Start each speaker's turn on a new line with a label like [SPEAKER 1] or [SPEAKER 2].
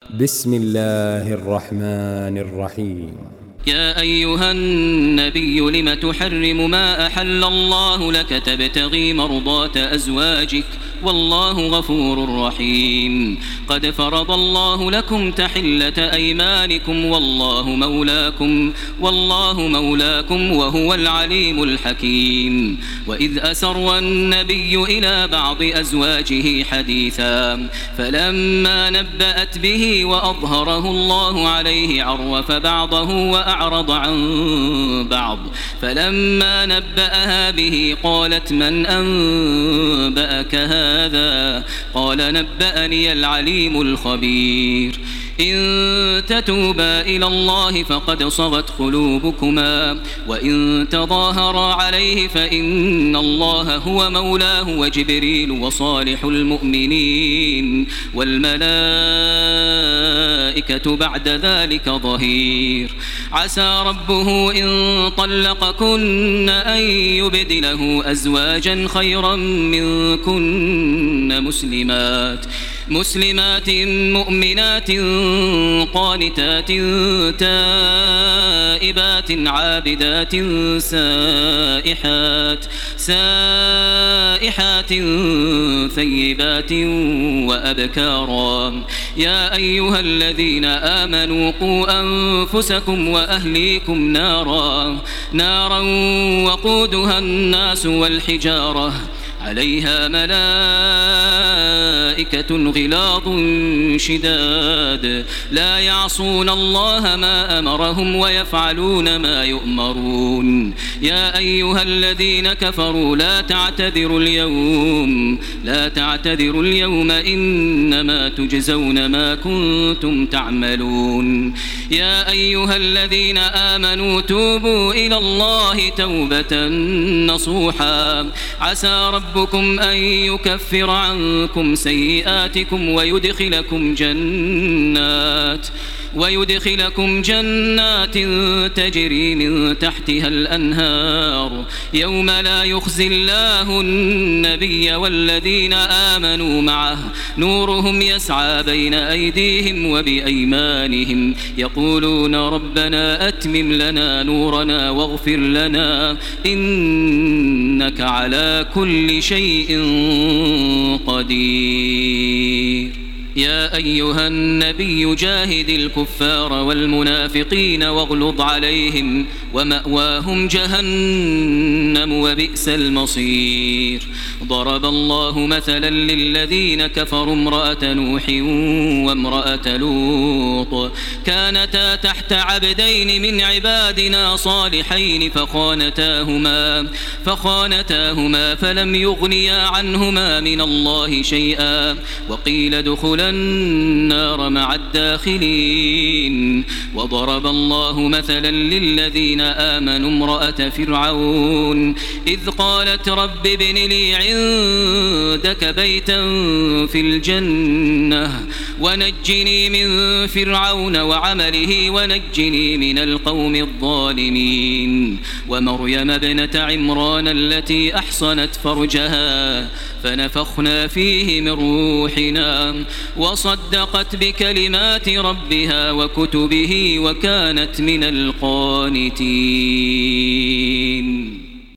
[SPEAKER 1] بسم الله الرحمن الرحيم.
[SPEAKER 2] يا أيها النبي لم تحرم ما أحل الله لك تبتغي مرضات أزواجك والله غفور رحيم. قد فرض الله لكم تحلة أيمانكم والله مولاكم وهو العليم الحكيم. وإذ أسر النبي إلى بعض أزواجه حديثا فلما نبأت به وأظهره الله عليه عرف بعضه وأعرض عن بعض فلما نبأها به قالت من أنبأك هذا؟ قال نبأني العليم الخبير. إن تتوبا إلى الله فقد صغت قلوبكما وإن تظاهرا عليه فإن الله هو مولاه وجبريل وصالح المؤمنين والملائكة بعد ذلك ظهير. عسى ربه إن طلقكن أن يبدله أزواجا خيرا منكن مسلمات مؤمنات قانتات تائبات عابدات سائحات ثيبات وأبكارا. يا أيها الذين آمنوا قوا أنفسكم وأهليكم نارا وقودها الناس والحجارة عليها ملائكة غلاظ شداد لا يعصون الله ما أمرهم ويفعلون ما يؤمرون. يا أيها الذين كفروا لا تعتذروا اليوم إنما تجزون ما كنتم تعملون. يا أيها الذين آمنوا توبوا إلى الله توبة نصوحا عسى ربكم أن يكفر عنكم سيئاتكم ويدخلكم جنات تجري من تحتها الأنهار يوم لا يخزي الله النبي والذين آمنوا معه نورهم يسعى بين أيديهم وبأيمانهم يقولون ربنا أتمم لنا نورنا واغفر لنا إنك على كل شيء قدير. يا أيها النبي جاهد الكفار والمنافقين واغلظ عليهم ومأواهم جهنم وبئس المصير. ضرب الله مثلا للذين كفروا امرأة نوح وامرأة لوط كانتا تحت عبدين من عبادنا صالحين فخانتاهما فلم يغنيا عنهما من الله شيئا وقيل ادخلا النار مع الداخلين. وضرب الله مثلا للذين آمنوا امرأة فرعون إذ قالت رب ابن لي عندك بيتا في الجنة ونجني من فرعون وعمله ونجني من القوم الظالمين. ومريم ابنة عمران التي أحصنت فرجها فنفخنا فيه من روحنا وصدقت بكلمات ربها وكتبه وكانت من القانتين.